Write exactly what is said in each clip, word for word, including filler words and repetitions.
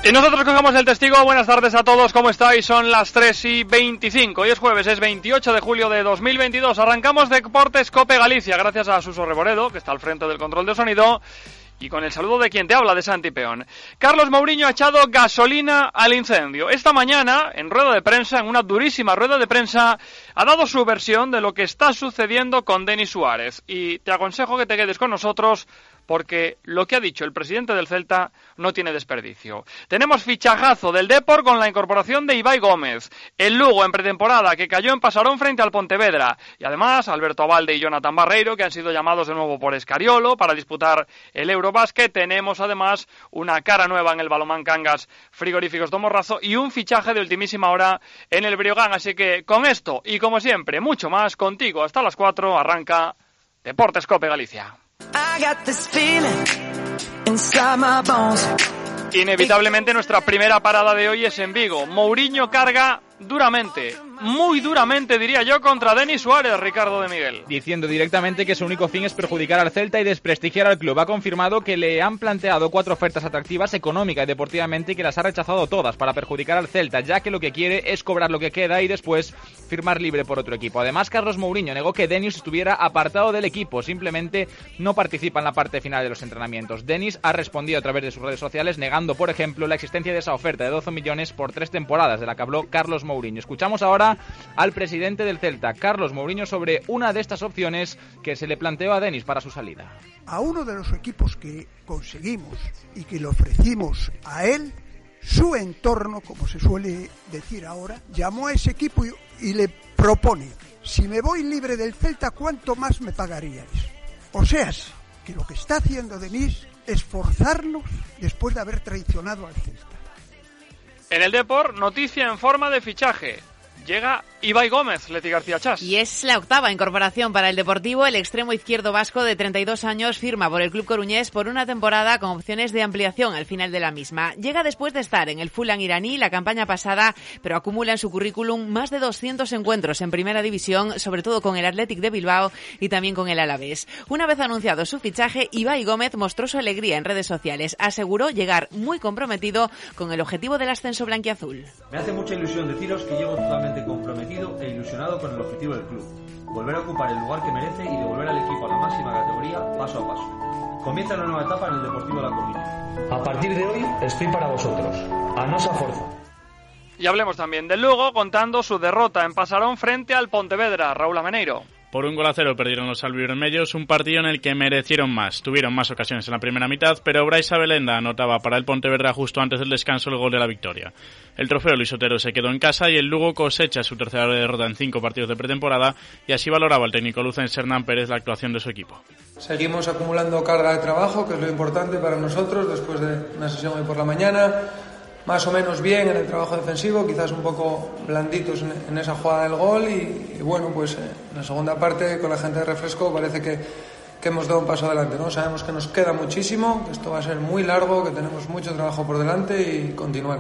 Y nosotros cogemos el testigo. Buenas tardes a todos, ¿cómo estáis? Son las tres y veinticinco. Hoy es jueves, es veintiocho de julio de dos mil veintidós. Arrancamos Deportes Cope Galicia, gracias a Suso Reboredo, que está al frente del control de sonido, y con el saludo de quien te habla, de Santi Peón. Carlos Mourinho ha echado gasolina al incendio. Esta mañana, en rueda de prensa, en una durísima rueda de prensa, ha dado su versión de lo que está sucediendo con Denis Suárez. Y te aconsejo que te quedes con nosotros, porque lo que ha dicho el presidente del Celta no tiene desperdicio. Tenemos fichajazo del Depor con la incorporación de Ibai Gómez. El Lugo en pretemporada, que cayó en Pasarón frente al Pontevedra. Y además, Alberto Abalde y Jonathan Barreiro, que han sido llamados de nuevo por Escariolo para disputar el Eurobásquet. Tenemos además una cara nueva en el Balonmán Cangas Frigoríficos do Morrazo y un fichaje de ultimísima hora en el Breogán. Así que con esto y como siempre, mucho más, contigo hasta las cuatro, arranca Deportes Cope Galicia. Inevitablemente nuestra primera parada de hoy es en Vigo. Mourinho carga duramente, muy duramente diría yo, contra Denis Suárez, Ricardo de Miguel. Diciendo directamente que su único fin es perjudicar al Celta y desprestigiar al club. Ha confirmado que le han planteado cuatro ofertas atractivas económica y deportivamente y que las ha rechazado todas para perjudicar al Celta, ya que lo que quiere es cobrar lo que queda y después firmar libre por otro equipo. Además, Carlos Mourinho negó que Denis estuviera apartado del equipo, simplemente no participa en la parte final de los entrenamientos. Denis ha respondido a través de sus redes sociales negando, por ejemplo, la existencia de esa oferta de doce millones por tres temporadas de la que habló Carlos Mourinho. Escuchamos ahora al presidente del Celta, Carlos Mourinho, sobre una de estas opciones que se le planteó a Denis para su salida. A uno de los equipos que conseguimos y que le ofrecimos a él, su entorno, como se suele decir ahora, llamó a ese equipo y, y le propone: si me voy libre del Celta, ¿cuánto más me pagaríais? O sea, que lo que está haciendo Denis es forzarnos después de haber traicionado al Celta. En el Depor, noticia en forma de fichaje. Llega Ibai Gómez, Leti García Chas. Y es la octava incorporación para el Deportivo. El extremo izquierdo vasco de treinta y dos años firma por el club coruñés por una temporada con opciones de ampliación al final de la misma. Llega después de estar en el Fulham iraní la campaña pasada, pero acumula en su currículum más de doscientos encuentros en primera división, sobre todo con el Athletic de Bilbao y también con el Alavés. Una vez anunciado su fichaje, Ibai Gómez mostró su alegría en redes sociales. Aseguró llegar muy comprometido con el objetivo del ascenso blanquiazul. Me hace mucha ilusión deciros que llego totalmente comprometido e ilusionado con el objetivo del club, volver a ocupar el lugar que merece y devolver al equipo a la máxima categoría paso a paso. Comienza una nueva etapa en el Deportivo La Coruña. A partir de hoy estoy para vosotros, a nosa forza. Y hablemos también del Lugo, contando su derrota en Pasarón frente al Pontevedra. Raúl Ameneiro. Por un gol a cero perdieron los albivermellos, un partido en el que merecieron más. Tuvieron más ocasiones en la primera mitad, pero Brais Abelenda anotaba para el Pontevedra justo antes del descanso el gol de la victoria. El trofeo Luis Otero se quedó en casa y el Lugo cosecha su tercera derrota en cinco partidos de pretemporada, y así valoraba el técnico lucense Hernán Pérez la actuación de su equipo. Seguimos acumulando carga de trabajo, que es lo importante para nosotros, después de una sesión hoy por la mañana. Más o menos bien en el trabajo defensivo, quizás un poco blanditos en, en esa jugada del gol y, y bueno, pues eh, en la segunda parte con la gente de refresco parece que, que hemos dado un paso adelante, ¿no? Sabemos que nos queda muchísimo, que esto va a ser muy largo, que tenemos mucho trabajo por delante y continuar.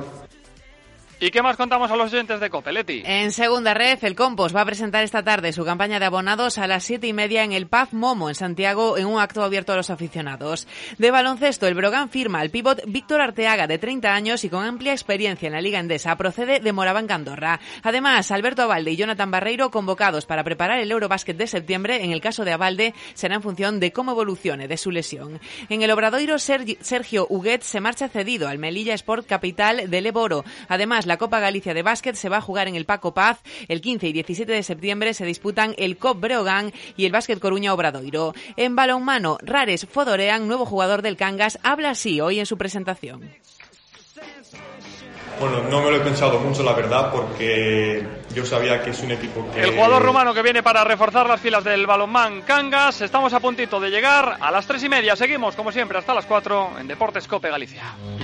¿Y qué más contamos a los oyentes de Cope, Leti? En segunda ref, el Compos va a presentar esta tarde su campaña de abonados a las siete y media en el Pub Momo, en Santiago, en un acto abierto a los aficionados. De baloncesto, el Breogán firma al pívot Víctor Arteaga, de treinta años y con amplia experiencia en la Liga Endesa. Procede de Moraván, Andorra. Además, Alberto Abalde y Jonathan Barreiro convocados para preparar el Eurobásquet de septiembre. En el caso de Abalde, será en función de cómo evolucione de su lesión. En el Obradoiro, Sergio Huguet se marcha cedido al Melilla Sport Capital de Leboro. Además, la Copa Galicia de Básquet se va a jugar en el Paco Paz. El quince y diecisiete de septiembre se disputan el C O P Breogán y el Básquet Coruña Obradoiro. En balonmano, Rares Fodorean, nuevo jugador del Cangas, habla así hoy en su presentación. Bueno, no me lo he pensado mucho, la verdad, porque yo sabía que es un equipo que... El jugador rumano que viene para reforzar las filas del balonmán Cangas. Estamos a puntito de llegar a las tres y media. Seguimos, como siempre, hasta las cuatro en Deportes Cope Galicia.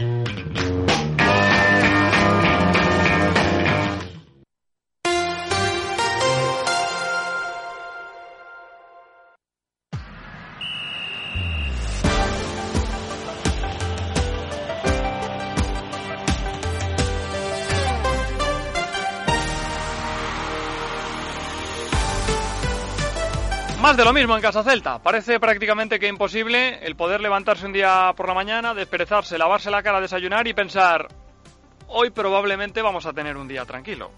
Más de lo mismo en Casa Celta. Parece prácticamente que imposible el poder levantarse un día por la mañana, desperezarse, lavarse la cara, desayunar y pensar: hoy probablemente vamos a tener un día tranquilo.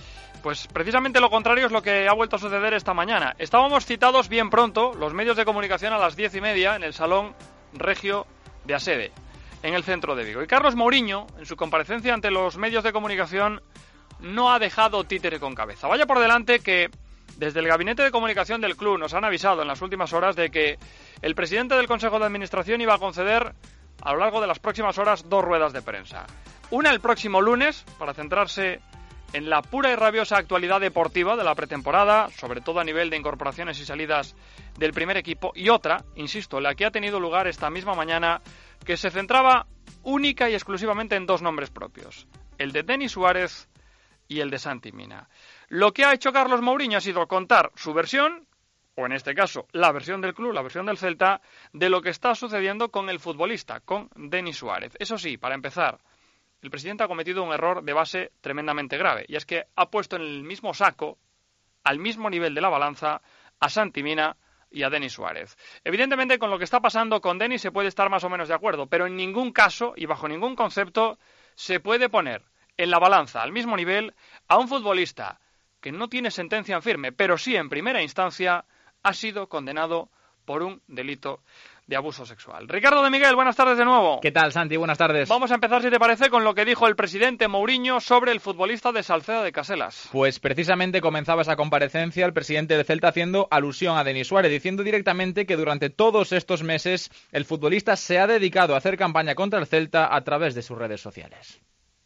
Pues precisamente lo contrario es lo que ha vuelto a suceder esta mañana. Estábamos citados bien pronto, los medios de comunicación, a las diez y media en el Salón Regio de Asede, en el centro de Vigo. Y Carlos Mouriño, en su comparecencia ante los medios de comunicación, no ha dejado títere con cabeza. Vaya por delante que desde el gabinete de comunicación del club nos han avisado en las últimas horas de que el presidente del Consejo de Administración iba a conceder a lo largo de las próximas horas dos ruedas de prensa. Una el próximo lunes, para centrarse en la pura y rabiosa actualidad deportiva de la pretemporada, sobre todo a nivel de incorporaciones y salidas del primer equipo, y otra, insisto, la que ha tenido lugar esta misma mañana, que se centraba única y exclusivamente en dos nombres propios, el de Denis Suárez y el de Santi Mina. Lo que ha hecho Carlos Mouriño ha sido contar su versión, o en este caso la versión del club, la versión del Celta, de lo que está sucediendo con el futbolista, con Denis Suárez. Eso sí, para empezar, el presidente ha cometido un error de base tremendamente grave, y es que ha puesto en el mismo saco, al mismo nivel de la balanza, a Santi Mina y a Denis Suárez. Evidentemente, con lo que está pasando con Denis se puede estar más o menos de acuerdo, pero en ningún caso y bajo ningún concepto se puede poner en la balanza, al mismo nivel, a un futbolista que no tiene sentencia en firme, pero sí en primera instancia ha sido condenado por un delito de abuso sexual. Ricardo de Miguel, buenas tardes de nuevo. ¿Qué tal, Santi? Buenas tardes. Vamos a empezar, si te parece, con lo que dijo el presidente Mouriño sobre el futbolista de Salceda de Caselas. Pues precisamente comenzaba esa comparecencia el presidente de Celta haciendo alusión a Denis Suárez, diciendo directamente que durante todos estos meses el futbolista se ha dedicado a hacer campaña contra el Celta a través de sus redes sociales.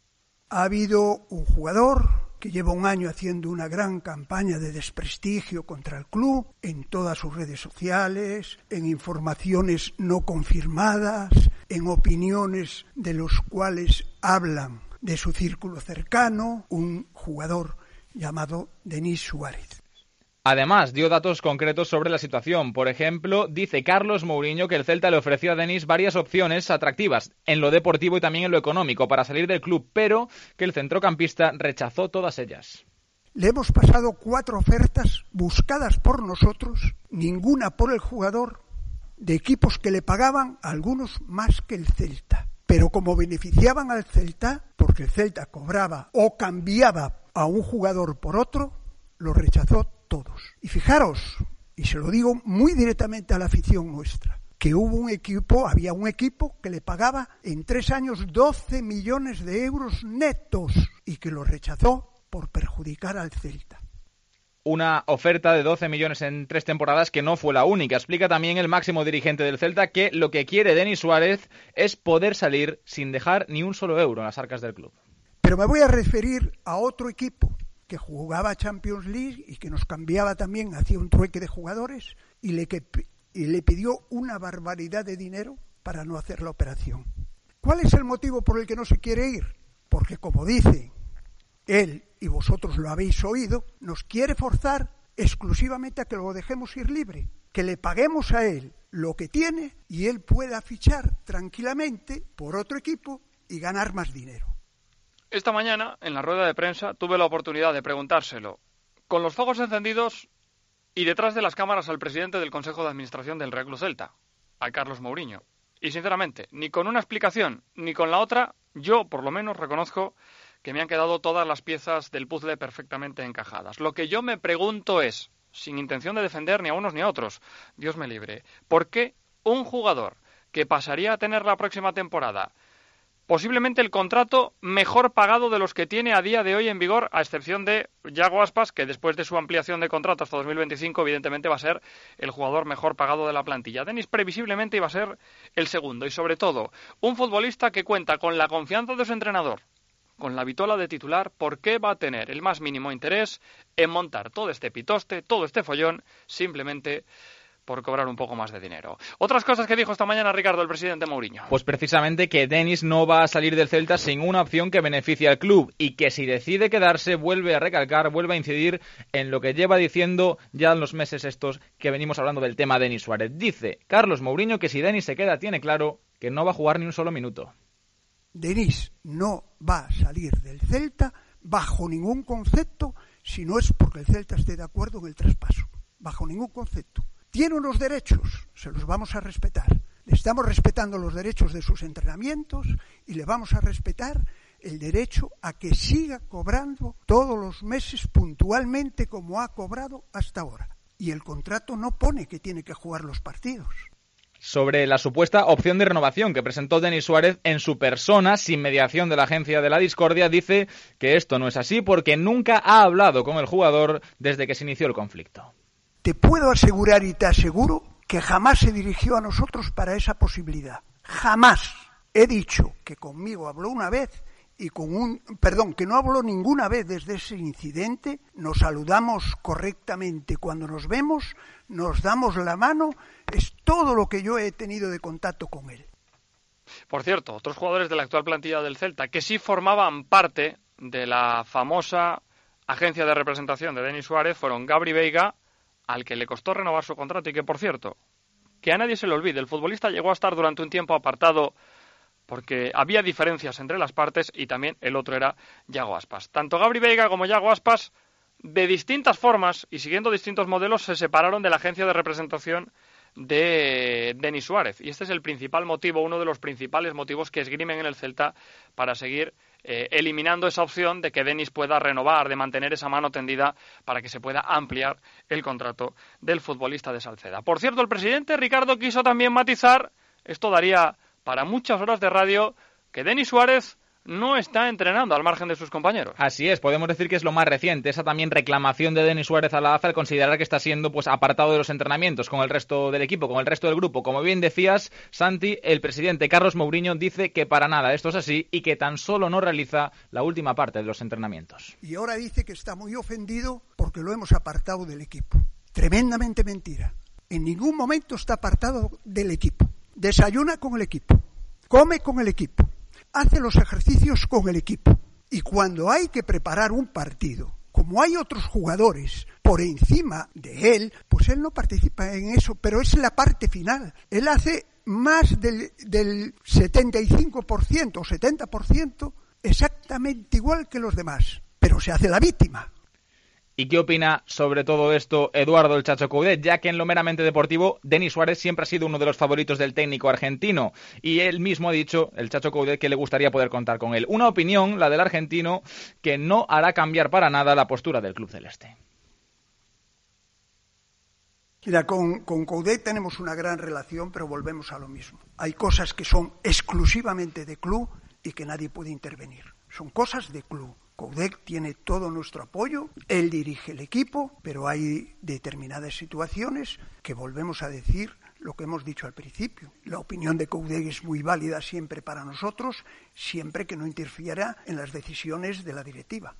Ha habido un jugador que lleva un año haciendo una gran campaña de desprestigio contra el club en todas sus redes sociales, en informaciones no confirmadas, en opiniones de los cuales hablan de su círculo cercano, un jugador llamado Denis Suárez. Además, dio datos concretos sobre la situación. Por ejemplo, dice Carlos Mouriño que el Celta le ofreció a Denis varias opciones atractivas en lo deportivo y también en lo económico para salir del club, pero que el centrocampista rechazó todas ellas. Le hemos pasado cuatro ofertas buscadas por nosotros, ninguna por el jugador, de equipos que le pagaban, algunos más que el Celta. Pero como beneficiaban al Celta, porque el Celta cobraba o cambiaba a un jugador por otro, lo rechazó todos. Y fijaros, y se lo digo muy directamente a la afición nuestra, que hubo un equipo, había un equipo que le pagaba en tres años doce millones de euros netos y que lo rechazó por perjudicar al Celta. Una oferta de doce millones en tres temporadas que no fue la única. Explica también el máximo dirigente del Celta que lo que quiere Denis Suárez es poder salir sin dejar ni un solo euro en las arcas del club. Pero me voy a referir a otro equipo que jugaba Champions League y que nos cambiaba también, hacía un trueque de jugadores y le, que, y le pidió una barbaridad de dinero para no hacer la operación. ¿Cuál es el motivo por el que no se quiere ir? Porque, como dice él, y vosotros lo habéis oído, nos quiere forzar exclusivamente a que lo dejemos ir libre, que le paguemos a él lo que tiene y él pueda fichar tranquilamente por otro equipo y ganar más dinero. Esta mañana, en la rueda de prensa, tuve la oportunidad de preguntárselo con los focos encendidos y detrás de las cámaras al presidente del Consejo de Administración del Real Club Celta, a Carlos Mouriño. Y sinceramente, ni con una explicación ni con la otra, yo por lo menos reconozco que me han quedado todas las piezas del puzzle perfectamente encajadas. Lo que yo me pregunto es, sin intención de defender ni a unos ni a otros, Dios me libre, ¿por qué un jugador que pasaría a tener la próxima temporada posiblemente el contrato mejor pagado de los que tiene a día de hoy en vigor, a excepción de Yago Aspas, que después de su ampliación de contrato hasta dos mil veinticinco, evidentemente va a ser el jugador mejor pagado de la plantilla? Denis previsiblemente iba a ser el segundo, y sobre todo, un futbolista que cuenta con la confianza de su entrenador, con la vitola de titular. ¿Por qué va a tener el más mínimo interés en montar todo este pitoste, todo este follón, simplemente por cobrar un poco más de dinero? Otras cosas que dijo esta mañana Ricardo, el presidente Mouriño. Pues precisamente que Denis no va a salir del Celta sin una opción que beneficie al club y que si decide quedarse, vuelve a recalcar, vuelve a incidir en lo que lleva diciendo ya en los meses estos que venimos hablando del tema Denis Suárez. Dice Carlos Mouriño que si Denis se queda tiene claro que no va a jugar ni un solo minuto. Denis no va a salir del Celta bajo ningún concepto si no es porque el Celta esté de acuerdo en el traspaso. Bajo ningún concepto. Tiene unos derechos, se los vamos a respetar. Le estamos respetando los derechos de sus entrenamientos y le vamos a respetar el derecho a que siga cobrando todos los meses puntualmente como ha cobrado hasta ahora. Y el contrato no pone que tiene que jugar los partidos. Sobre la supuesta opción de renovación que presentó Denis Suárez en su persona, sin mediación de la agencia de la discordia, dice que esto no es así porque nunca ha hablado con el jugador desde que se inició el conflicto. Te puedo asegurar y te aseguro que jamás se dirigió a nosotros para esa posibilidad. Jamás. He dicho que conmigo habló una vez y con un, perdón, que no habló ninguna vez desde ese incidente. Nos saludamos correctamente cuando nos vemos, nos damos la mano. Es todo lo que yo he tenido de contacto con él. Por cierto, otros jugadores de la actual plantilla del Celta que sí formaban parte de la famosa agencia de representación de Denis Suárez fueron Gabri Veiga, al que le costó renovar su contrato y que, por cierto, que a nadie se le olvide, el futbolista llegó a estar durante un tiempo apartado porque había diferencias entre las partes y también el otro era Yago Aspas. Tanto Gabri Veiga como Yago Aspas, de distintas formas y siguiendo distintos modelos, se separaron de la agencia de representación de Denis Suárez. Y este es el principal motivo, uno de los principales motivos que esgrimen en el Celta para seguir eh, eliminando esa opción de que Denis pueda renovar, de mantener esa mano tendida para que se pueda ampliar el contrato del futbolista de Salceda. Por cierto, el presidente Ricardo quiso también matizar, esto daría para muchas horas de radio, que Denis Suárez no está entrenando al margen de sus compañeros. Así es, podemos decir que es lo más reciente, esa también reclamación de Denis Suárez a la A F A al considerar que está siendo pues apartado de los entrenamientos con el resto del equipo, con el resto del grupo. Como bien decías, Santi, el presidente Carlos Mourinho dice que para nada esto es así y que tan solo no realiza la última parte de los entrenamientos. Y ahora dice que está muy ofendido porque lo hemos apartado del equipo. Tremendamente mentira. En ningún momento está apartado del equipo. Desayuna con el equipo, come con el equipo, hace los ejercicios con el equipo. Y cuando hay que preparar un partido, como hay otros jugadores por encima de él, pues él no participa en eso, pero es la parte final. Él hace más del, del setenta y cinco por ciento o setenta por ciento exactamente igual que los demás, pero se hace la víctima. ¿Y qué opina sobre todo esto Eduardo el Chacho Coudet? Ya que en lo meramente deportivo, Denis Suárez siempre ha sido uno de los favoritos del técnico argentino. Y él mismo ha dicho, el Chacho Coudet, que le gustaría poder contar con él. Una opinión, la del argentino, que no hará cambiar para nada la postura del club celeste. Mira, con, con Coudet tenemos una gran relación, pero volvemos a lo mismo. Hay cosas que son exclusivamente de club y que nadie puede intervenir. Son cosas de club. Coudet tiene todo nuestro apoyo, él dirige el equipo, pero hay determinadas situaciones que volvemos a decir lo que hemos dicho al principio. La opinión de Coudet es muy válida siempre para nosotros, siempre que no interfiera en las decisiones de la directiva.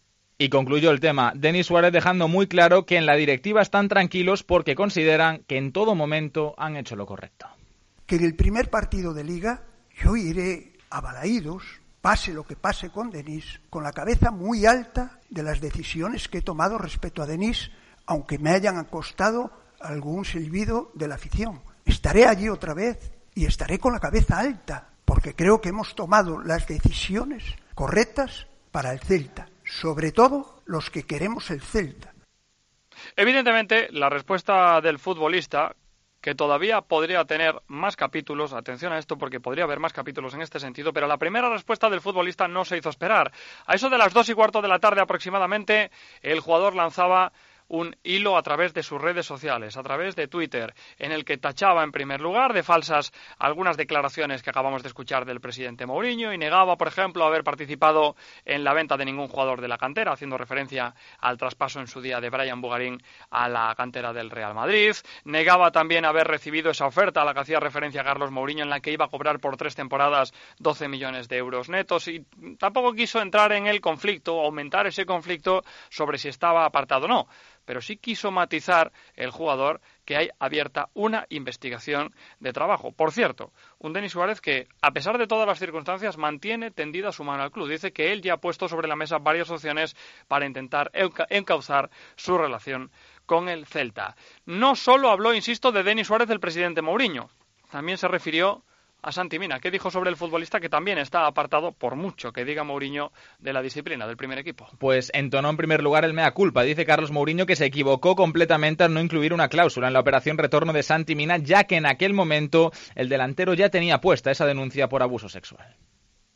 Y concluyó el tema Denis Suárez dejando muy claro que en la directiva están tranquilos porque consideran que en todo momento han hecho lo correcto. Que en el primer partido de Liga yo iré a Balaídos, pase lo que pase con Denis, con la cabeza muy alta de las decisiones que he tomado respecto a Denis, aunque me hayan costado algún silbido de la afición. Estaré allí otra vez y estaré con la cabeza alta, porque creo que hemos tomado las decisiones correctas para el Celta, sobre todo los que queremos el Celta. Evidentemente, la respuesta del futbolista, que todavía podría tener más capítulos, atención a esto porque podría haber más capítulos en este sentido, pero la primera respuesta del futbolista no se hizo esperar. A eso de las dos y cuarto de la tarde aproximadamente, el jugador lanzaba un hilo a través de sus redes sociales, a través de Twitter, en el que tachaba en primer lugar de falsas algunas declaraciones que acabamos de escuchar del presidente Mourinho y negaba, por ejemplo, haber participado en la venta de ningún jugador de la cantera, haciendo referencia al traspaso en su día de Brian Bugarín a la cantera del Real Madrid. Negaba también haber recibido esa oferta a la que hacía referencia Carlos Mourinho, en la que iba a cobrar por tres temporadas doce millones de euros netos, y tampoco quiso entrar en el conflicto, aumentar ese conflicto sobre si estaba apartado o no. Pero sí quiso matizar el jugador que hay abierta una investigación de trabajo. Por cierto, un Denis Suárez que, a pesar de todas las circunstancias, mantiene tendida su mano al club. Dice que él ya ha puesto sobre la mesa varias opciones para intentar encauzar su relación con el Celta. No solo habló, insisto, de Denis Suárez el presidente Mourinho, también se refirió a Santi Mina, que dijo sobre el futbolista que también está apartado, por mucho que diga Mourinho, de la disciplina del primer equipo. Pues entonó en primer lugar el mea culpa. Dice Carlos Mourinho que se equivocó completamente al no incluir una cláusula en la operación retorno de Santi Mina, ya que en aquel momento el delantero ya tenía puesta esa denuncia por abuso sexual.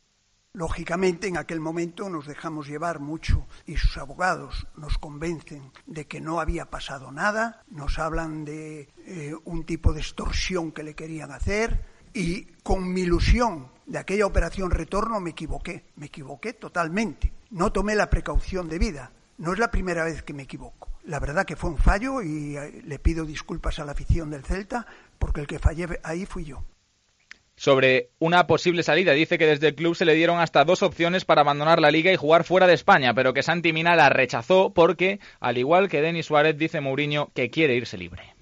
Lógicamente, en aquel momento nos dejamos llevar mucho y sus abogados nos convencen de que no había pasado nada, nos hablan de eh, un tipo de extorsión que le querían hacer y con mi ilusión de aquella operación retorno me equivoqué, me equivoqué totalmente, no tomé la precaución debida, no es la primera vez que me equivoco. La verdad que fue un fallo y eh, le pido disculpas a la afición del Celta porque el que fallé ahí fui yo. Sobre una posible salida, dice que desde el club se le dieron hasta dos opciones para abandonar la Liga y jugar fuera de España, pero que Santi Mina la rechazó porque, al igual que Denis Suárez, dice Mourinho que quiere irse libre.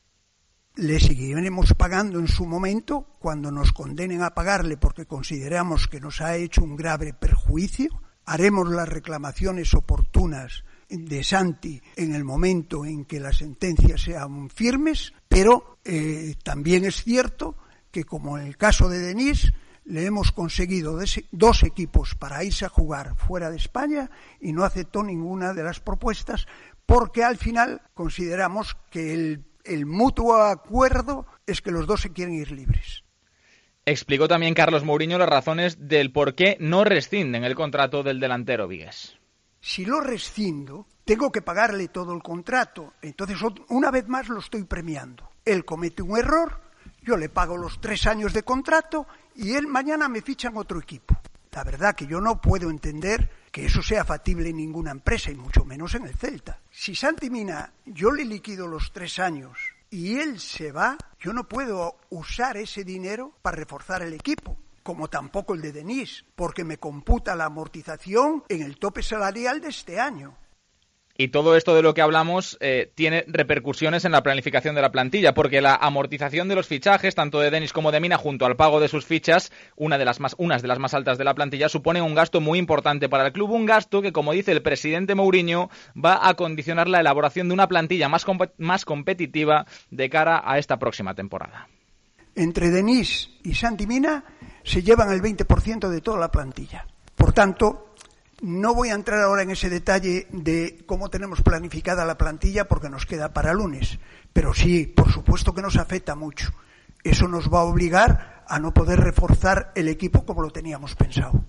Le seguiremos pagando en su momento cuando nos condenen a pagarle porque consideramos que nos ha hecho un grave perjuicio. Haremos las reclamaciones oportunas de Santi en el momento en que las sentencias sean firmes, pero eh, también es cierto que, como en el caso de Denis, le hemos conseguido dos equipos para irse a jugar fuera de España y no aceptó ninguna de las propuestas porque al final consideramos que el, el mutuo acuerdo es que los dos se quieren ir libres. Explicó también Carlos Mourinho las razones del por qué no rescinden el contrato del delantero vigués. Si lo rescindo, tengo que pagarle todo el contrato. Entonces, una vez más lo estoy premiando. Él comete un error, yo le pago los tres años de contrato y él mañana me ficha en otro equipo. La verdad que yo no puedo entender que eso sea factible en ninguna empresa y mucho menos en el Celta. Si Santi Mina, yo le liquido los tres años y él se va, yo no puedo usar ese dinero para reforzar el equipo, como tampoco el de Denis, porque me computa la amortización en el tope salarial de este año. Y todo esto de lo que hablamos eh, tiene repercusiones en la planificación de la plantilla, porque la amortización de los fichajes, tanto de Denis como de Mina, junto al pago de sus fichas, una de las más, unas de las más altas de la plantilla, supone un gasto muy importante para el club, un gasto que, como dice el presidente Mourinho, va a condicionar la elaboración de una plantilla más, comp- más competitiva de cara a esta próxima temporada. Entre Denis y Santi Mina se llevan el veinte por ciento de toda la plantilla. Por tanto, no voy a entrar ahora en ese detalle de cómo tenemos planificada la plantilla porque nos queda para lunes, pero sí, por supuesto que nos afecta mucho. Eso nos va a obligar a no poder reforzar el equipo como lo teníamos pensado.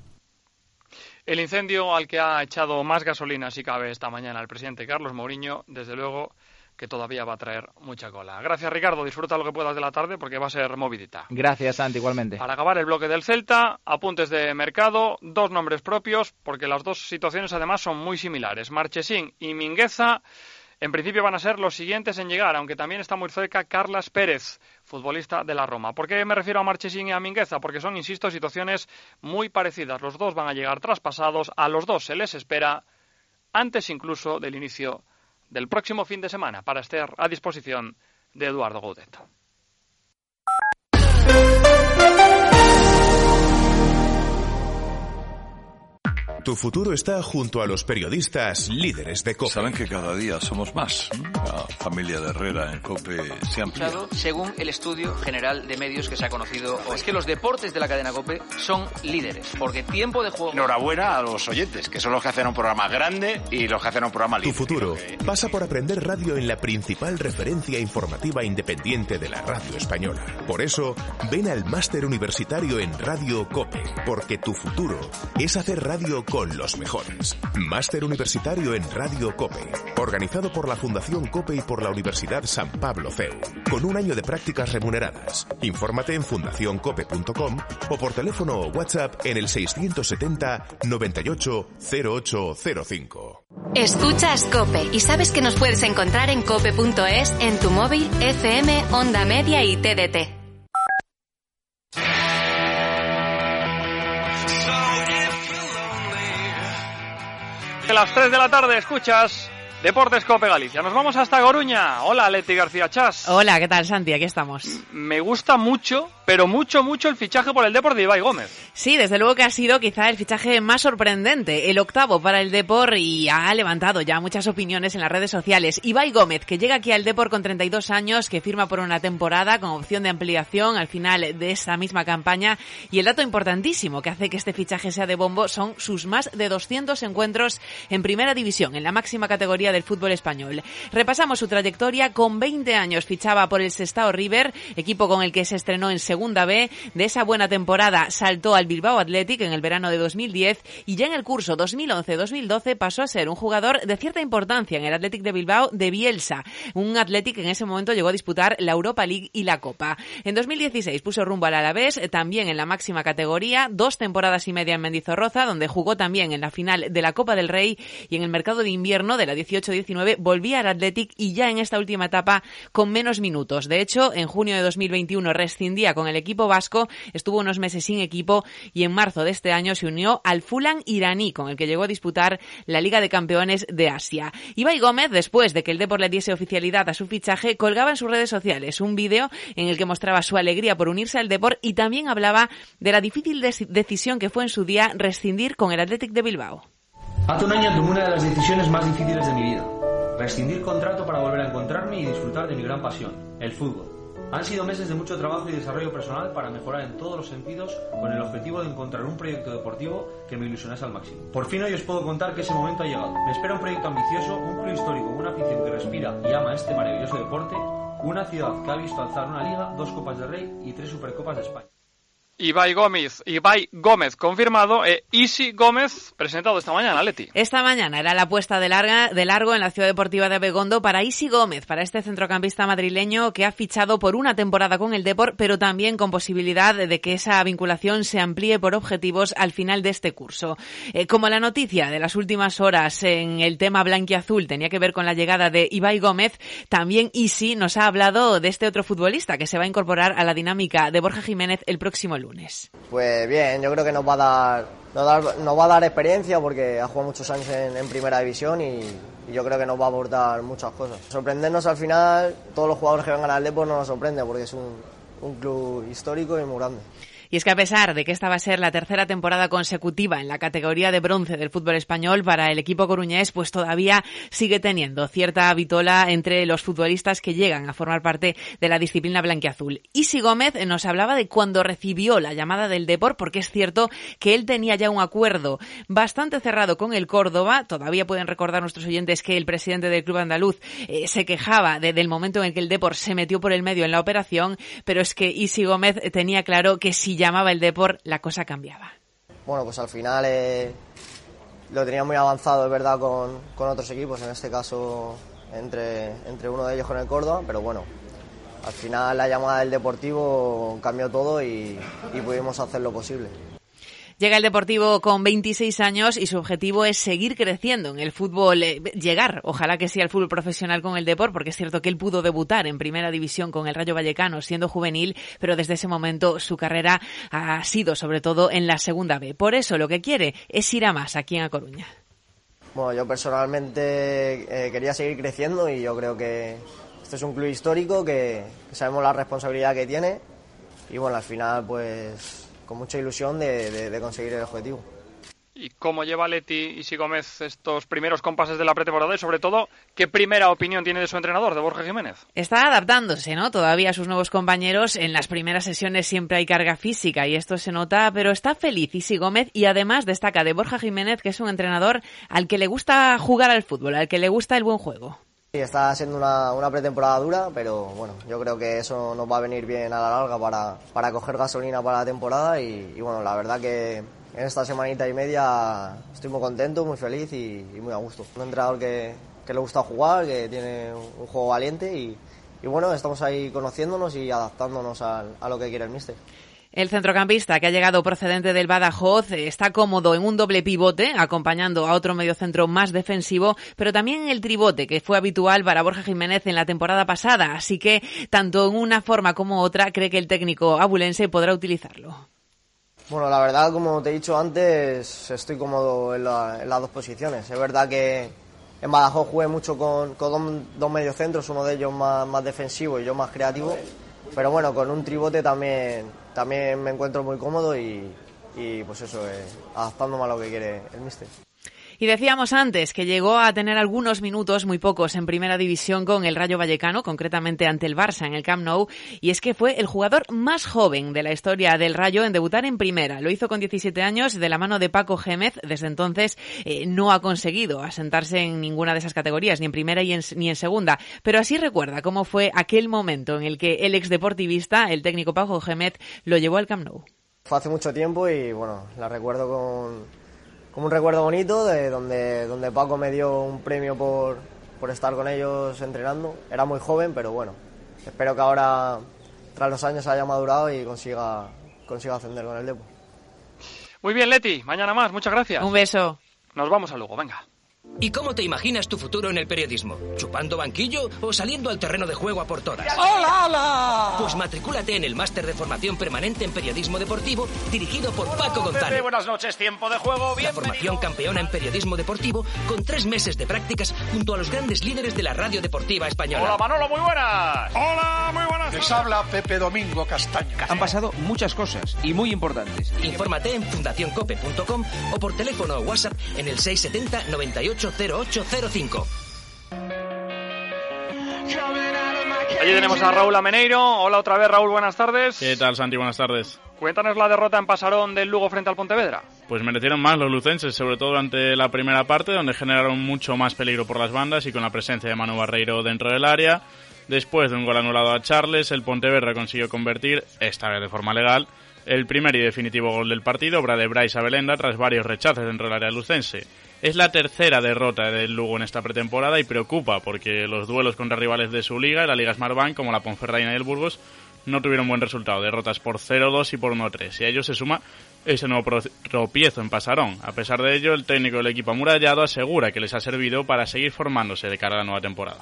El incendio al que ha echado más gasolina, si cabe, esta mañana el presidente Carlos Mourinho, desde luego que todavía va a traer mucha cola. Gracias, Ricardo. Disfruta lo que puedas de la tarde porque va a ser movidita. Gracias, Santi, igualmente. Para acabar el bloque del Celta, apuntes de mercado, dos nombres propios, porque las dos situaciones además son muy similares. Marchesín y Mingueza, en principio van a ser los siguientes en llegar, aunque también está muy cerca Carlas Pérez, futbolista de la Roma. ¿Por qué me refiero a Marchesín y a Mingueza? Porque son, insisto, situaciones muy parecidas. Los dos van a llegar traspasados, a los dos se les espera antes incluso del inicio del próximo fin de semana, para estar a disposición de Eduardo Gaudet. Tu futuro está junto a los periodistas líderes de COPE. Saben que cada día somos más. La familia de Herrera en COPE se amplía. Según el estudio general de medios que se ha conocido hoy, es que los deportes de la cadena COPE son líderes, porque tiempo de juego... Enhorabuena a los oyentes, que son los que hacen un programa grande y los que hacen un programa líder. Tu futuro pasa por aprender radio en la principal referencia informativa independiente de la radio española. Por eso, ven al máster universitario en Radio COPE, porque tu futuro es hacer radio con los mejores. Máster universitario en Radio COPE, organizado por la Fundación COPE y por la Universidad San Pablo C E U, con un año de prácticas remuneradas. Infórmate en fundación cope punto com o por teléfono o WhatsApp en el seiscientos setenta noventa y ocho cero ocho cero cinco. Escuchas COPE y sabes que nos puedes encontrar en cope punto es, en tu móvil, F M, Onda Media y T D T. A las tres de la tarde escuchas Deportes COPE Galicia. Nos vamos hasta Coruña. Hola, Leti García Chas. Hola, ¿qué tal, Santi? Aquí estamos. Me gusta mucho, pero mucho, mucho el fichaje por el Depor de Ibai Gómez. Sí, desde luego que ha sido quizá el fichaje más sorprendente, el octavo para el Depor, y ha levantado ya muchas opiniones en las redes sociales. Ibai Gómez, que llega aquí al Depor con treinta y dos años, que firma por una temporada con opción de ampliación al final de esta misma campaña, y el dato importantísimo que hace que este fichaje sea de bombo son sus más de doscientos encuentros en primera división, en la máxima categoría historia del fútbol español. Repasamos su trayectoria. Con veinte años fichaba por el Sestao River, equipo con el que se estrenó en Segunda B. De esa buena temporada saltó al Bilbao Athletic en el verano de dos mil diez y ya en el curso dos mil once dos mil doce pasó a ser un jugador de cierta importancia en el Athletic de Bilbao de Bielsa, un Athletic que en ese momento llegó a disputar la Europa League y la Copa. En dos mil dieciséis puso rumbo al Alavés, también en la máxima categoría, dos temporadas y media en Mendizorroza, donde jugó también en la final de la Copa del Rey, y en el mercado de invierno de la dieciocho diecinueve volvía al Athletic y ya en esta última etapa con menos minutos. De hecho, en junio de dos mil veintiuno rescindía con el equipo vasco, estuvo unos meses sin equipo y en marzo de este año se unió al Fulham iraní, con el que llegó a disputar la Liga de Campeones de Asia. Ibai Gómez, después de que el Depor le diese oficialidad a su fichaje, colgaba en sus redes sociales un vídeo en el que mostraba su alegría por unirse al Depor y también hablaba de la difícil des- decisión que fue en su día rescindir con el Athletic de Bilbao. Hace un año tomé una de las decisiones más difíciles de mi vida. Rescindir contrato para volver a encontrarme y disfrutar de mi gran pasión, el fútbol. Han sido meses de mucho trabajo y desarrollo personal para mejorar en todos los sentidos con el objetivo de encontrar un proyecto deportivo que me ilusionase al máximo. Por fin hoy os puedo contar que ese momento ha llegado. Me espera un proyecto ambicioso, un club histórico, una afición que respira y ama este maravilloso deporte, una ciudad que ha visto alzar una liga, dos Copas del Rey y tres Supercopas de España. Ibai Gómez, Ibai Gómez confirmado, e Isi Gómez presentado esta mañana, Leti. Esta mañana era la puesta de, larga, de largo en la Ciudad Deportiva de Abegondo para Isi Gómez, para este centrocampista madrileño que ha fichado por una temporada con el Depor, pero también con posibilidad de que esa vinculación se amplíe por objetivos al final de este curso. Eh, como la noticia de las últimas horas en el tema blanquiazul tenía que ver con la llegada de Ibai Gómez, también Isi nos ha hablado de este otro futbolista que se va a incorporar a la dinámica de Borja Jiménez el próximo lunes. Pues bien, yo creo que nos va a dar, nos, dar, nos va a dar experiencia porque ha jugado muchos años en, en primera división y, y yo creo que nos va a aportar muchas cosas. Sorprendernos al final, todos los jugadores que vengan al Depor no nos sorprende porque es un, un club histórico y muy grande. Y es que a pesar de que esta va a ser la tercera temporada consecutiva en la categoría de bronce del fútbol español para el equipo coruñés, pues todavía sigue teniendo cierta vitola entre los futbolistas que llegan a formar parte de la disciplina blanquiazul. Isi Gómez nos hablaba de cuando recibió la llamada del Depor, porque es cierto que él tenía ya un acuerdo bastante cerrado con el Córdoba. Todavía pueden recordar nuestros oyentes que el presidente del club andaluz eh, se quejaba de, del momento en el que el Depor se metió por el medio en la operación, pero es que Isi Gómez tenía claro que si llamaba el Depor, la cosa cambiaba. Bueno, pues al final eh, lo tenía muy avanzado, es verdad, con, con otros equipos, en este caso entre, entre uno de ellos con el Córdoba, pero bueno, al final la llamada del Deportivo cambió todo y, y pudimos hacer lo posible. Llega el Deportivo con veintiséis años y su objetivo es seguir creciendo en el fútbol, eh, llegar, ojalá que sea al fútbol profesional con el Depor, porque es cierto que él pudo debutar en Primera División con el Rayo Vallecano siendo juvenil, pero desde ese momento su carrera ha sido sobre todo en la Segunda B. Por eso lo que quiere es ir a más aquí en A Coruña. Bueno, yo personalmente eh, quería seguir creciendo y yo creo que este es un club histórico que, que sabemos la responsabilidad que tiene y bueno, al final pues con mucha ilusión de, de, de conseguir el objetivo. ¿Y cómo lleva Leti Isi Gómez estos primeros compases de la pretemporada y sobre todo qué primera opinión tiene de su entrenador, de Borja Jiménez? Está adaptándose, ¿no? Todavía a sus nuevos compañeros. En las primeras sesiones siempre hay carga física y esto se nota, pero está feliz Isi Gómez y además destaca de Borja Jiménez que es un entrenador al que le gusta jugar al fútbol, al que le gusta el buen juego. Sí, está siendo una, una pretemporada dura, pero bueno, yo creo que eso nos va a venir bien a la larga para, para coger gasolina para la temporada y, y bueno, la verdad que en esta semanita y media estoy muy contento, muy feliz y, y muy a gusto. Un entrenador que, que le gusta jugar, que tiene un juego valiente y, y bueno, estamos ahí conociéndonos y adaptándonos a, a lo que quiere el míster. El centrocampista que ha llegado procedente del Badajoz está cómodo en un doble pivote, acompañando a otro mediocentro más defensivo, pero también en el tribote, que fue habitual para Borja Jiménez en la temporada pasada. Así que, tanto en una forma como otra, cree que el técnico abulense podrá utilizarlo. Bueno, la verdad, como te he dicho antes, estoy cómodo en, la, en las dos posiciones. Es verdad que en Badajoz jugué mucho con, con dos, dos mediocentros, uno de ellos más, más defensivo y yo más creativo. Pero bueno, con un tribote también, también me encuentro muy cómodo y, y pues eso, eh, adaptándome a lo que quiere el míster. Y decíamos antes que llegó a tener algunos minutos, muy pocos, en Primera División con el Rayo Vallecano, concretamente ante el Barça en el Camp Nou, y es que fue el jugador más joven de la historia del Rayo en debutar en Primera. Lo hizo con diecisiete años de la mano de Paco Gémez. Desde entonces eh, no ha conseguido asentarse en ninguna de esas categorías, ni en Primera y en, ni en Segunda. Pero así recuerda cómo fue aquel momento en el que el exdeportivista, el técnico Paco Gémez, lo llevó al Camp Nou. Fue hace mucho tiempo y bueno, la recuerdo con... como un recuerdo bonito de donde, donde Paco me dio un premio por, por estar con ellos entrenando. Era muy joven, pero bueno, espero que ahora, tras los años, haya madurado y consiga, consiga ascender con el Depor. Muy bien, Leti, mañana más, muchas gracias. Un beso. Nos vamos a Lugo, venga. ¿Y cómo te imaginas tu futuro en el periodismo? ¿Chupando banquillo o saliendo al terreno de juego a por todas? ¡Hola, hola! Pues matricúlate en el máster de formación permanente en periodismo deportivo dirigido por Paco González. Pepe, buenas noches, tiempo de juego, bienvenido. La formación campeona en periodismo deportivo con tres meses de prácticas junto a los grandes líderes de la radio deportiva española. Hola, Manolo, muy buenas. Hola, muy buenas. Les habla Pepe Domingo Castaño. Han pasado muchas cosas y muy importantes. Infórmate en fundación cope punto com o por teléfono o WhatsApp en el seis siete cero, noventa y ocho, cero ocho cero cinco. Allí tenemos a Raúl Ameneiro. Hola otra vez, Raúl, buenas tardes. ¿Qué tal, Santi? Buenas tardes. Cuéntanos la derrota en Pasarón del Lugo frente al Pontevedra. Pues merecieron más los lucenses, sobre todo durante la primera parte, donde generaron mucho más peligro por las bandas y con la presencia de Manu Barreiro dentro del área. Después de un gol anulado a Charles, el Pontevedra consiguió convertir, esta vez de forma legal, el primer y definitivo gol del partido, obra de Brais Abelenda, tras varios rechaces dentro del área lucense. Es la tercera derrota del Lugo en esta pretemporada y preocupa porque los duelos contra rivales de su liga, la Liga Smartbank, como la Ponferradina y el Burgos, no tuvieron buen resultado, derrotas por cero dos y por uno tres, y a ello se suma ese nuevo tropiezo en Pasarón. A pesar de ello, el técnico del equipo amurallado asegura que les ha servido para seguir formándose de cara a la nueva temporada.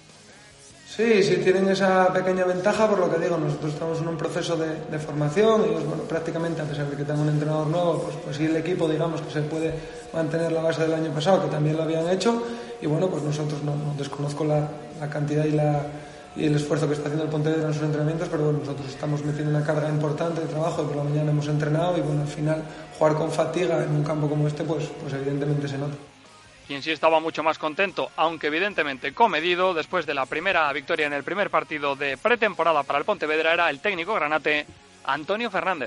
Sí, sí, tienen esa pequeña ventaja, por lo que digo, nosotros estamos en un proceso de, de formación, ellos, bueno, prácticamente, a pesar de que tengan un entrenador nuevo, pues, pues sí, el equipo, digamos, que se puede mantener la base del año pasado, que también lo habían hecho, y bueno, pues nosotros no, no desconozco la, la cantidad y, la, y el esfuerzo que está haciendo el Pontevedra en sus entrenamientos, pero bueno, nosotros estamos metiendo una carga importante de trabajo, y por la mañana hemos entrenado, y bueno, al final, jugar con fatiga en un campo como este, pues, pues evidentemente se nota. Quien sí estaba mucho más contento, aunque evidentemente comedido, después de la primera victoria en el primer partido de pretemporada para el Pontevedra, era el técnico granate Antonio Fernández.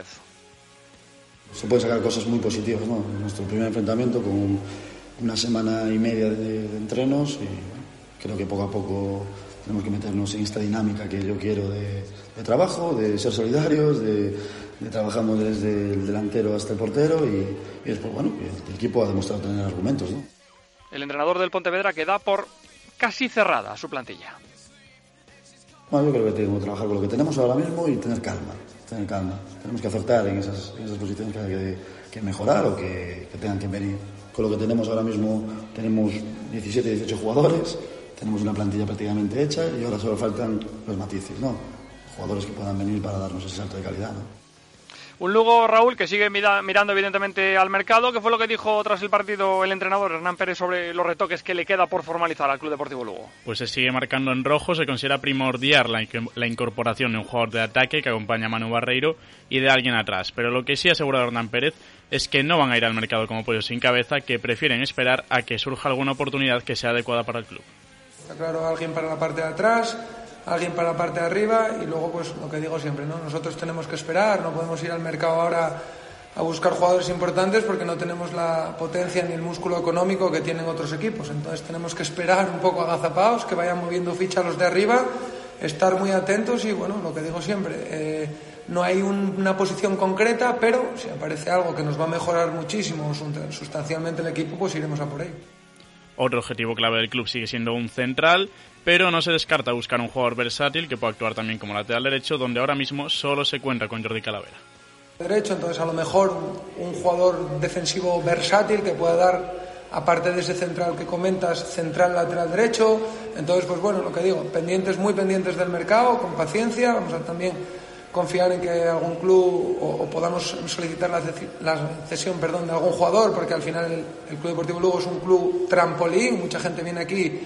Se pueden sacar cosas muy positivas, ¿no? Nuestro primer enfrentamiento con una semana y media de, de entrenos y creo que poco a poco tenemos que meternos en esta dinámica que yo quiero de, de trabajo, de ser solidarios, de, de trabajamos desde el delantero hasta el portero y, y después, bueno, el equipo ha demostrado tener argumentos, ¿no? El entrenador del Pontevedra queda por casi cerrada su plantilla. Bueno, yo creo que tenemos que trabajar con lo que tenemos ahora mismo y tener calma, tener calma. Tenemos que acertar en esas, en esas posiciones que hay que, que mejorar o que, que tengan que venir. Con lo que tenemos ahora mismo tenemos diecisiete, dieciocho jugadores, tenemos una plantilla prácticamente hecha y ahora solo faltan los matices, ¿no? Jugadores que puedan venir para darnos ese salto de calidad, ¿no? Un Lugo, Raúl, que sigue mira, mirando evidentemente al mercado. ¿Qué fue lo que dijo tras el partido el entrenador Hernán Pérez sobre los retoques que le queda por formalizar al Club Deportivo Lugo? Pues se sigue marcando en rojo. Se considera primordial la, la incorporación de un jugador de ataque que acompaña a Manu Barreiro y de alguien atrás. Pero lo que sí ha asegurado Hernán Pérez es que no van a ir al mercado como pollos sin cabeza, que prefieren esperar a que surja alguna oportunidad que sea adecuada para el club. Está claro, alguien para la parte de atrás, alguien para la parte de arriba y luego pues lo que digo siempre, ¿no? Nosotros tenemos que esperar, no podemos ir al mercado ahora a buscar jugadores importantes porque no tenemos la potencia ni el músculo económico que tienen otros equipos, entonces tenemos que esperar un poco agazapados, que vayan moviendo ficha los de arriba, estar muy atentos y bueno, lo que digo siempre, eh, no hay un, una posición concreta, pero si aparece algo que nos va a mejorar muchísimo sustancialmente el equipo, pues iremos a por ello. Otro objetivo clave del club sigue siendo un central, pero no se descarta buscar un jugador versátil que pueda actuar también como lateral derecho, donde ahora mismo solo se cuenta con Jordi Calavera. Derecho, entonces a lo mejor un jugador defensivo versátil que pueda dar, aparte de ese central que comentas, central lateral derecho. Entonces, pues bueno, lo que digo, pendientes, muy pendientes del mercado, con paciencia. Vamos a también confiar en que algún club o, o podamos solicitar la, la cesión perdón, de algún jugador, porque al final el, el Club Deportivo Lugo es un club trampolín, mucha gente viene aquí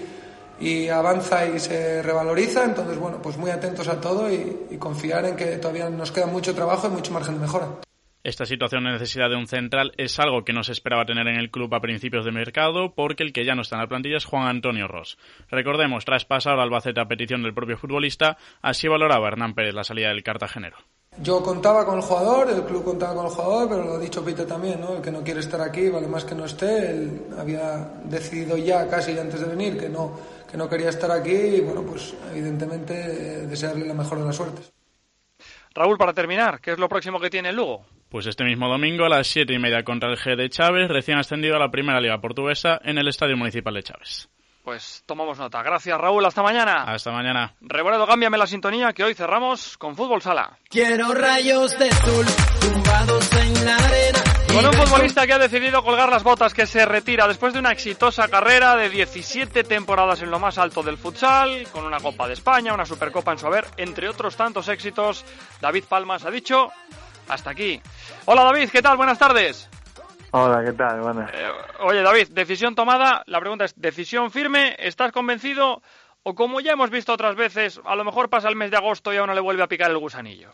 y avanza y se revaloriza, entonces bueno, pues muy atentos a todo y, y confiar en que todavía nos queda mucho trabajo y mucho margen de mejora. Esta situación de necesidad de un central es algo que no se esperaba tener en el club a principios de mercado, porque el que ya no está en la plantilla es Juan Antonio Ros. Recordemos, tras pasar al Albacete a petición del propio futbolista, así valoraba Hernán Pérez la salida del cartagenero. Yo contaba con el jugador, el club contaba con el jugador, pero lo ha dicho Peter también, ¿no? El que no quiere estar aquí vale más que no esté. Él había decidido ya casi antes de venir que no, que no quería estar aquí y bueno, pues evidentemente eh, desearle la mejor de las suertes. Raúl, para terminar, ¿qué es lo próximo que tiene el Lugo? Pues este mismo domingo a las siete y media contra el G de Chaves, recién ascendido a la Primera Liga Portuguesa en el Estadio Municipal de Chaves. Pues tomamos nota. Gracias, Raúl. Hasta mañana. Hasta mañana. Reboredo, cámbiame la sintonía, que hoy cerramos con Fútbol Sala. Quiero rayos de sol tumbados en la arena. Con un futbolista que ha decidido colgar las botas, que se retira después de una exitosa carrera de diecisiete temporadas en lo más alto del futsal, con una Copa de España, una Supercopa en su haber, entre otros tantos éxitos. David Palmas ha dicho, hasta aquí. Hola David, ¿qué tal? Buenas tardes. Hola, ¿qué tal? Buenas. Eh, oye David, decisión tomada, la pregunta es, ¿decisión firme? ¿Estás convencido? O como ya hemos visto otras veces, a lo mejor pasa el mes de agosto y aún no le vuelve a picar el gusanillo.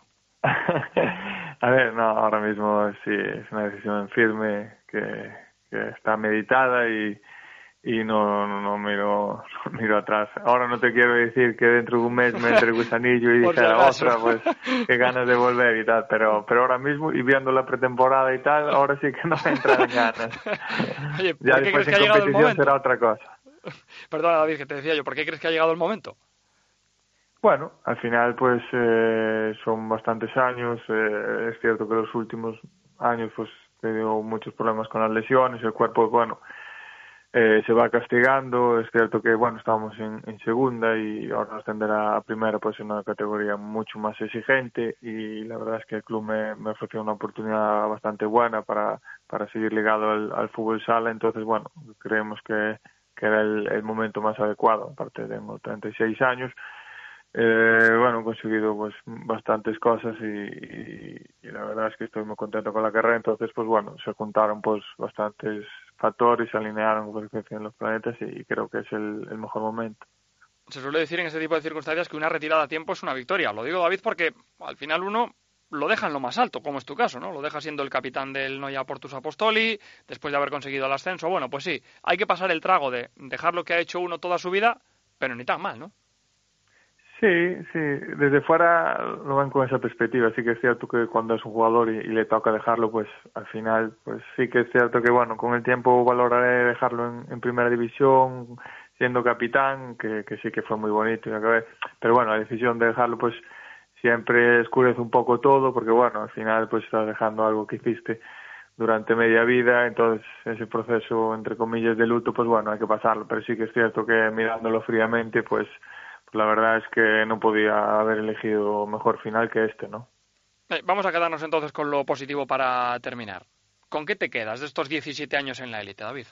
A ver, no, ahora mismo sí, es una decisión firme que, que está meditada y, y no, no, no miro no miro atrás. Ahora no te quiero decir que dentro de un mes me entre el gusanillo y dijera otra, pues qué ganas de volver y tal, pero pero ahora mismo, y viendo la pretemporada y tal, ahora sí que no me entran ganas. Oye, ¿por ya qué después crees que ha en llegado el competición momento? será otra cosa. Perdona David, que te decía yo, ¿por qué crees que ha llegado el momento? Bueno, al final pues eh, son bastantes años, eh, es cierto que los últimos años pues he tenido muchos problemas con las lesiones, el cuerpo, bueno, eh, se va castigando, es cierto que bueno, estábamos en, en segunda y ahora ascender a primera pues en una categoría mucho más exigente y la verdad es que el club me, me ofreció una oportunidad bastante buena para, para seguir ligado al, al fútbol sala, entonces bueno, creemos que, que era el, el momento más adecuado, aparte tengo treinta y seis años. Eh, bueno, he conseguido pues bastantes cosas y, y, y la verdad es que estoy muy contento con la carrera, entonces pues bueno, se juntaron pues bastantes factores, se alinearon con perfección los planetas y, y creo que es el, el mejor momento. Se suele decir en este tipo de circunstancias que una retirada a tiempo es una victoria. Lo digo, David, porque al final uno lo deja en lo más alto, como es tu caso, ¿no? Lo deja siendo el capitán del Noia Portus Apostoli, después de haber conseguido el ascenso. Bueno, pues sí, hay que pasar el trago de dejar lo que ha hecho uno toda su vida, pero ni tan mal, ¿no? Sí, sí, desde fuera lo ven con esa perspectiva, sí que es cierto que cuando es un jugador y, y le toca dejarlo, pues al final, pues sí que es cierto que bueno, con el tiempo valoraré dejarlo en, en primera división, siendo capitán, que, que sí que fue muy bonito, pero bueno, la decisión de dejarlo pues siempre escurece un poco todo, porque bueno, al final pues estás dejando algo que hiciste durante media vida, entonces ese proceso, entre comillas, de luto, pues bueno, hay que pasarlo, pero sí que es cierto que mirándolo fríamente, pues la verdad es que no podía haber elegido mejor final que este, ¿no? Eh, vamos a quedarnos entonces con lo positivo para terminar. ¿Con qué te quedas de estos diecisiete años en la élite, David?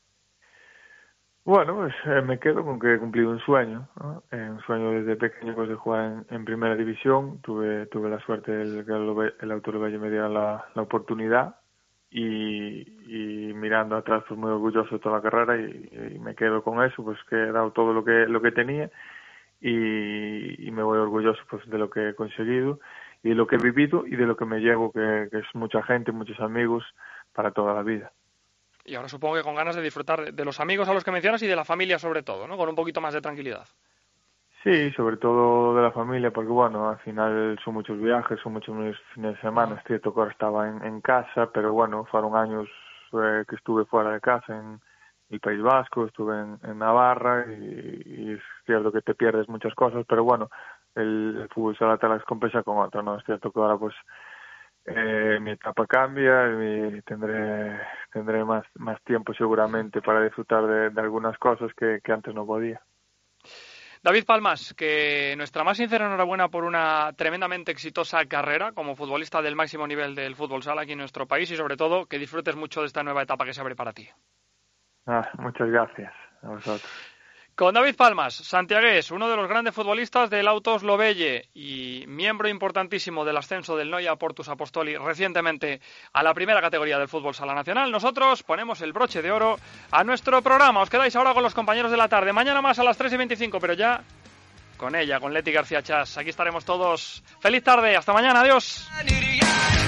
Bueno, pues eh, me quedo con que he cumplido un sueño, ¿no? Eh, un sueño desde pequeño pues de jugar en, en primera división. Tuve tuve la suerte de que el, el Autor Valle me diera la, la oportunidad y, y mirando atrás pues muy orgulloso de toda la carrera y, y me quedo con eso, pues que he dado todo lo que lo que tenía. Y, y me voy orgulloso pues de lo que he conseguido y de lo que he vivido y de lo que me llevo, que, que es mucha gente, muchos amigos para toda la vida. Y ahora supongo que con ganas de disfrutar de los amigos a los que mencionas y de la familia sobre todo, ¿no? Con un poquito más de tranquilidad. Sí, sobre todo de la familia, porque bueno, al final son muchos viajes, son muchos fines de semana. Es cierto que ahora estaba en, en casa, pero bueno, fueron años eh, que estuve fuera de casa en el País Vasco, estuve en, en Navarra y, y es cierto que te pierdes muchas cosas, pero bueno, el, el fútbol sala te las compensa con otro, ¿no? Es cierto que ahora pues eh, mi etapa cambia y tendré tendré más más tiempo seguramente para disfrutar de, de algunas cosas que, que antes no podía. David Palmas, que nuestra más sincera enhorabuena por una tremendamente exitosa carrera como futbolista del máximo nivel del fútbol sala aquí en nuestro país y sobre todo que disfrutes mucho de esta nueva etapa que se abre para ti. Ah, muchas gracias a vosotros. Con David Palmas, santiagués, uno de los grandes futbolistas del Autos Lobelle y miembro importantísimo del ascenso del Noia Portus Apostoli recientemente a la primera categoría del fútbol sala nacional, nosotros ponemos el broche de oro a nuestro programa. Os quedáis ahora con los compañeros de la tarde. Mañana más a las tres y veinticinco, pero ya con ella, con Leti García Chas. Aquí estaremos todos. ¡Feliz tarde! ¡Hasta mañana! ¡Adiós!